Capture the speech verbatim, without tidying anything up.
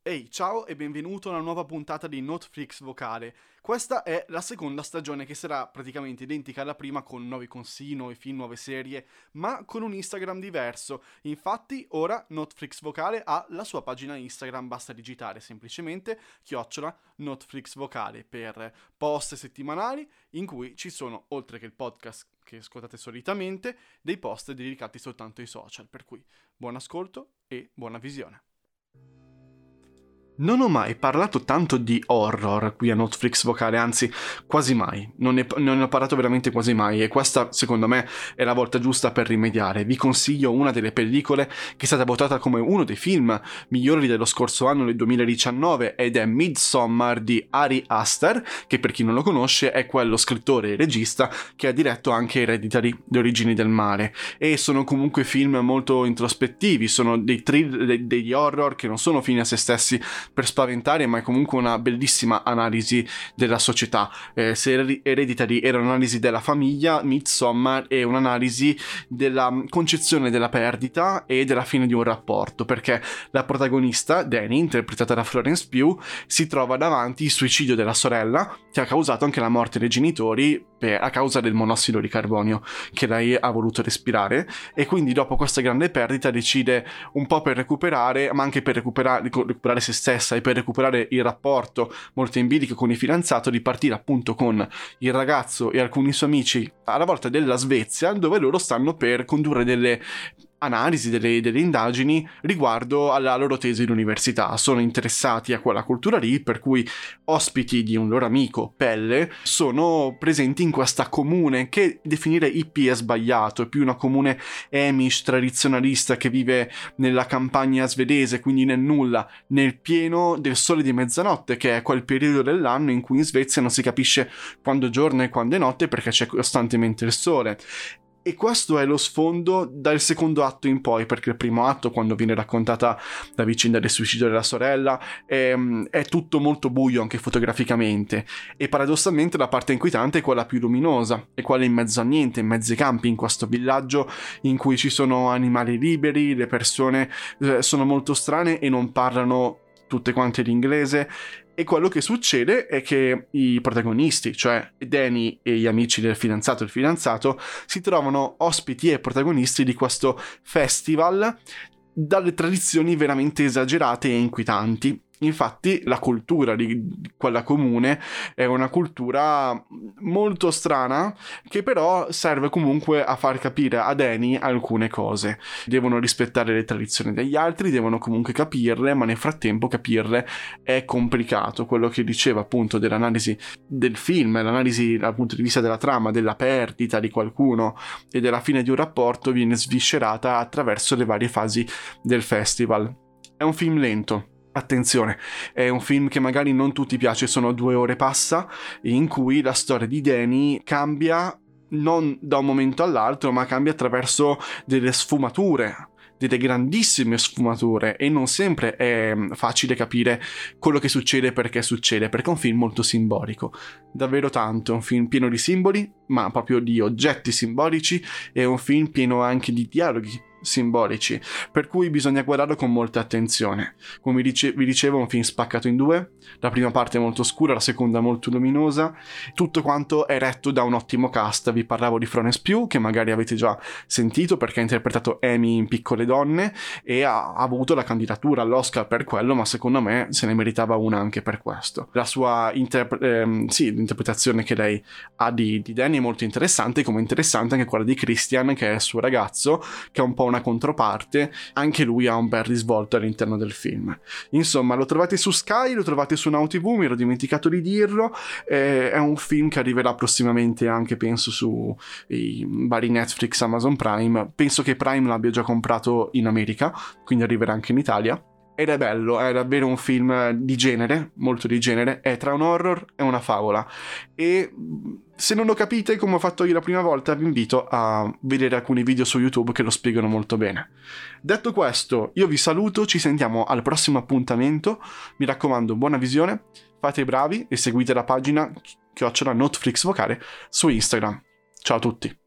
Ehi, ciao e benvenuto a una nuova puntata di Notflix Vocale. Questa è la seconda stagione che sarà praticamente identica alla prima con nuovi consigli, nuovi film, nuove serie, ma con un Instagram diverso. Infatti ora Notflix Vocale ha la sua pagina Instagram, basta digitare semplicemente chiocciola Notflix Vocale per post settimanali in cui ci sono, oltre che il podcast che ascoltate solitamente, dei post dedicati soltanto ai social, per cui buon ascolto e buona visione. Non ho mai parlato tanto di horror qui a Notflix Vocale, anzi quasi mai, non ne, non ne ho parlato veramente quasi mai e questa secondo me è la volta giusta per rimediare. Vi consiglio una delle pellicole che è stata votata come uno dei film migliori dello scorso anno, del duemiladiciannove, ed è Midsommar di Ari Aster, che per chi non lo conosce è quello scrittore e regista che ha diretto anche Hereditary, Le origini del male, e sono comunque film molto introspettivi, sono dei thrill, degli horror che non sono fini a se stessi per spaventare, ma è comunque una bellissima analisi della società. Eh, se Hereditary era un'analisi della famiglia, Midsommar è un'analisi della concezione della perdita e della fine di un rapporto, perché la protagonista, Dani, interpretata da Florence Pugh, si trova davanti il suicidio della sorella, che ha causato anche la morte dei genitori per, a causa del monossido di carbonio che lei ha voluto respirare, e quindi dopo questa grande perdita decide, un po' per recuperare, ma anche per recuperare, recuperare se stessa e per recuperare il rapporto molto in bilico con il fidanzato, di partire appunto con il ragazzo e alcuni suoi amici alla volta della Svezia, dove loro stanno per condurre delle analisi, delle, delle indagini riguardo alla loro tesi d'università. Sono interessati a quella cultura lì, per cui ospiti di un loro amico, Pelle, sono presenti in questa comune che definire hippie è sbagliato, è più una comune Amish tradizionalista che vive nella campagna svedese, quindi nel nulla, nel pieno del sole di mezzanotte, che è quel periodo dell'anno in cui in Svezia non si capisce quando è giorno e quando è notte perché c'è costantemente il sole. E questo è lo sfondo dal secondo atto in poi, perché il primo atto, quando viene raccontata la vicenda del suicidio della sorella, è, è tutto molto buio anche fotograficamente, e paradossalmente la parte inquietante è quella più luminosa, è quella in mezzo a niente, in mezzo ai campi, in questo villaggio in cui ci sono animali liberi, le persone eh, sono molto strane e non parlano tutte quante l'inglese. E quello che succede è che i protagonisti, cioè Dani e gli amici del fidanzato e il fidanzato, si trovano ospiti e protagonisti di questo festival dalle tradizioni veramente esagerate e inquietanti. Infatti la cultura di quella comune è una cultura molto strana, che però serve comunque a far capire a Dani alcune cose. Devono rispettare le tradizioni degli altri, devono comunque capirle, ma nel frattempo capirle è complicato. Quello che diceva appunto dell'analisi del film, l'analisi dal punto di vista della trama, della perdita di qualcuno e della fine di un rapporto, viene sviscerata attraverso le varie fasi del festival. È un film lento. Attenzione, è un film che magari non tutti piace, sono due ore passa, in cui la storia di Dani cambia non da un momento all'altro, ma cambia attraverso delle sfumature, delle grandissime sfumature, e non sempre è facile capire quello che succede perché succede, perché è un film molto simbolico, davvero tanto. È un film pieno di simboli, ma proprio di oggetti simbolici, è un film pieno anche di dialoghi simbolici, per cui bisogna guardarlo con molta attenzione. Come vi, dice- vi dicevo, è un film spaccato in due, la prima parte è molto scura, la seconda molto luminosa, tutto quanto è retto da un ottimo cast. Vi parlavo di Florence Pugh, che magari avete già sentito perché ha interpretato Amy in Piccole donne e ha, ha avuto la candidatura all'Oscar per quello, ma secondo me se ne meritava una anche per questo. La sua interp- ehm, sì, l'interpretazione che lei ha di, di Dani è molto interessante, come interessante anche quella di Christian, che è il suo ragazzo, che è un po' una controparte. Anche lui ha un bel risvolto all'interno del film. Insomma, lo trovate su Sky, lo trovate su Now T V, mi ero dimenticato di dirlo. Eh, è un film che arriverà prossimamente anche, penso, su i vari Netflix, Amazon Prime. Penso che Prime l'abbia già comprato in America, quindi arriverà anche in Italia. Ed è bello, è davvero un film di genere, molto di genere, è tra un horror e una favola. E se non lo capite, come ho fatto io la prima volta, vi invito a vedere alcuni video su YouTube che lo spiegano molto bene. Detto questo, io vi saluto, ci sentiamo al prossimo appuntamento. Mi raccomando, buona visione, fate i bravi e seguite la pagina chiocciola Notflix Vocale su Instagram. Ciao a tutti!